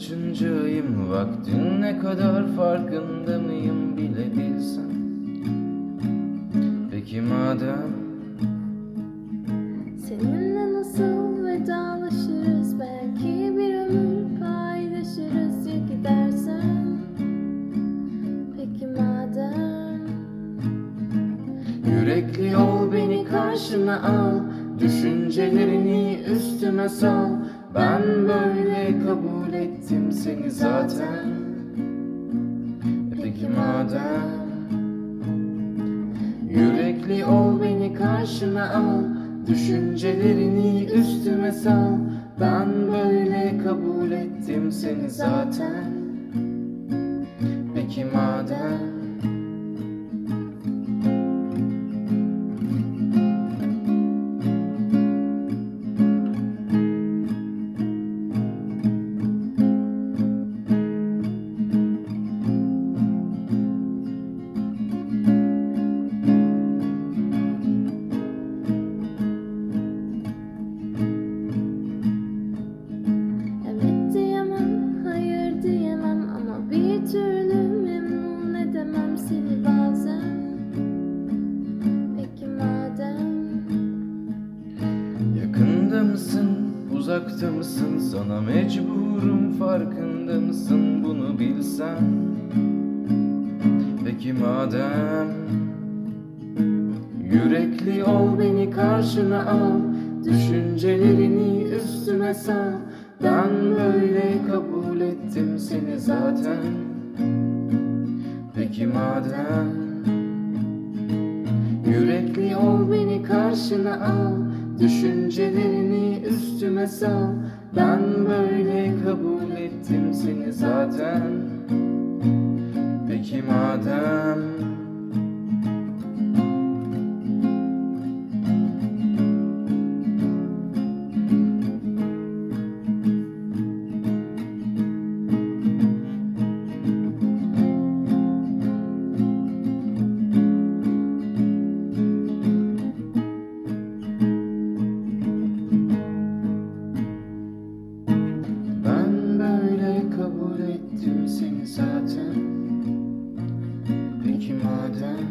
kaçıncı ayım, vaktin ne kadar farkında mıyım bile bilsem. Peki madem seninle nasıl vedalaşırız, belki bir ömür paylaşırız ya gidersen. Peki madem yürekli ol, beni karşına al, düşüncelerini üstüme sal. Ben böyle kabul ettim seni zaten. Peki madem yürekli ol, beni karşına al, düşüncelerini üstüme sal. Ben böyle kabul ettim seni zaten. Peki madem evet diyemem, hayır diyemem, ama bir türlü memnun edemem seni bazen. Peki madem yakında mısın, uzakta mısın, sana mecburum, farkında mısın, bunu bilsen. Peki madem yürekli ol, beni karşına al, düşüncelerini üstüme sal. Ben böyle kabul ettim seni zaten. Peki madem yürekli ol, beni karşına al, düşüncelerini üstüme sal. Ben böyle kabul ettim seni zaten. Peki madem ben böyle kabul ettim seni zaten. Peki madem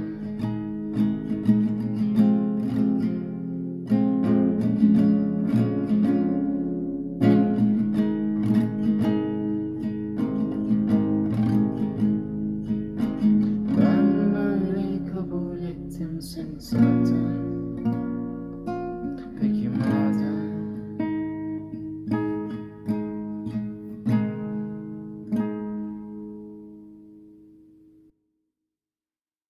ben böyle kabul ettim seni zaten.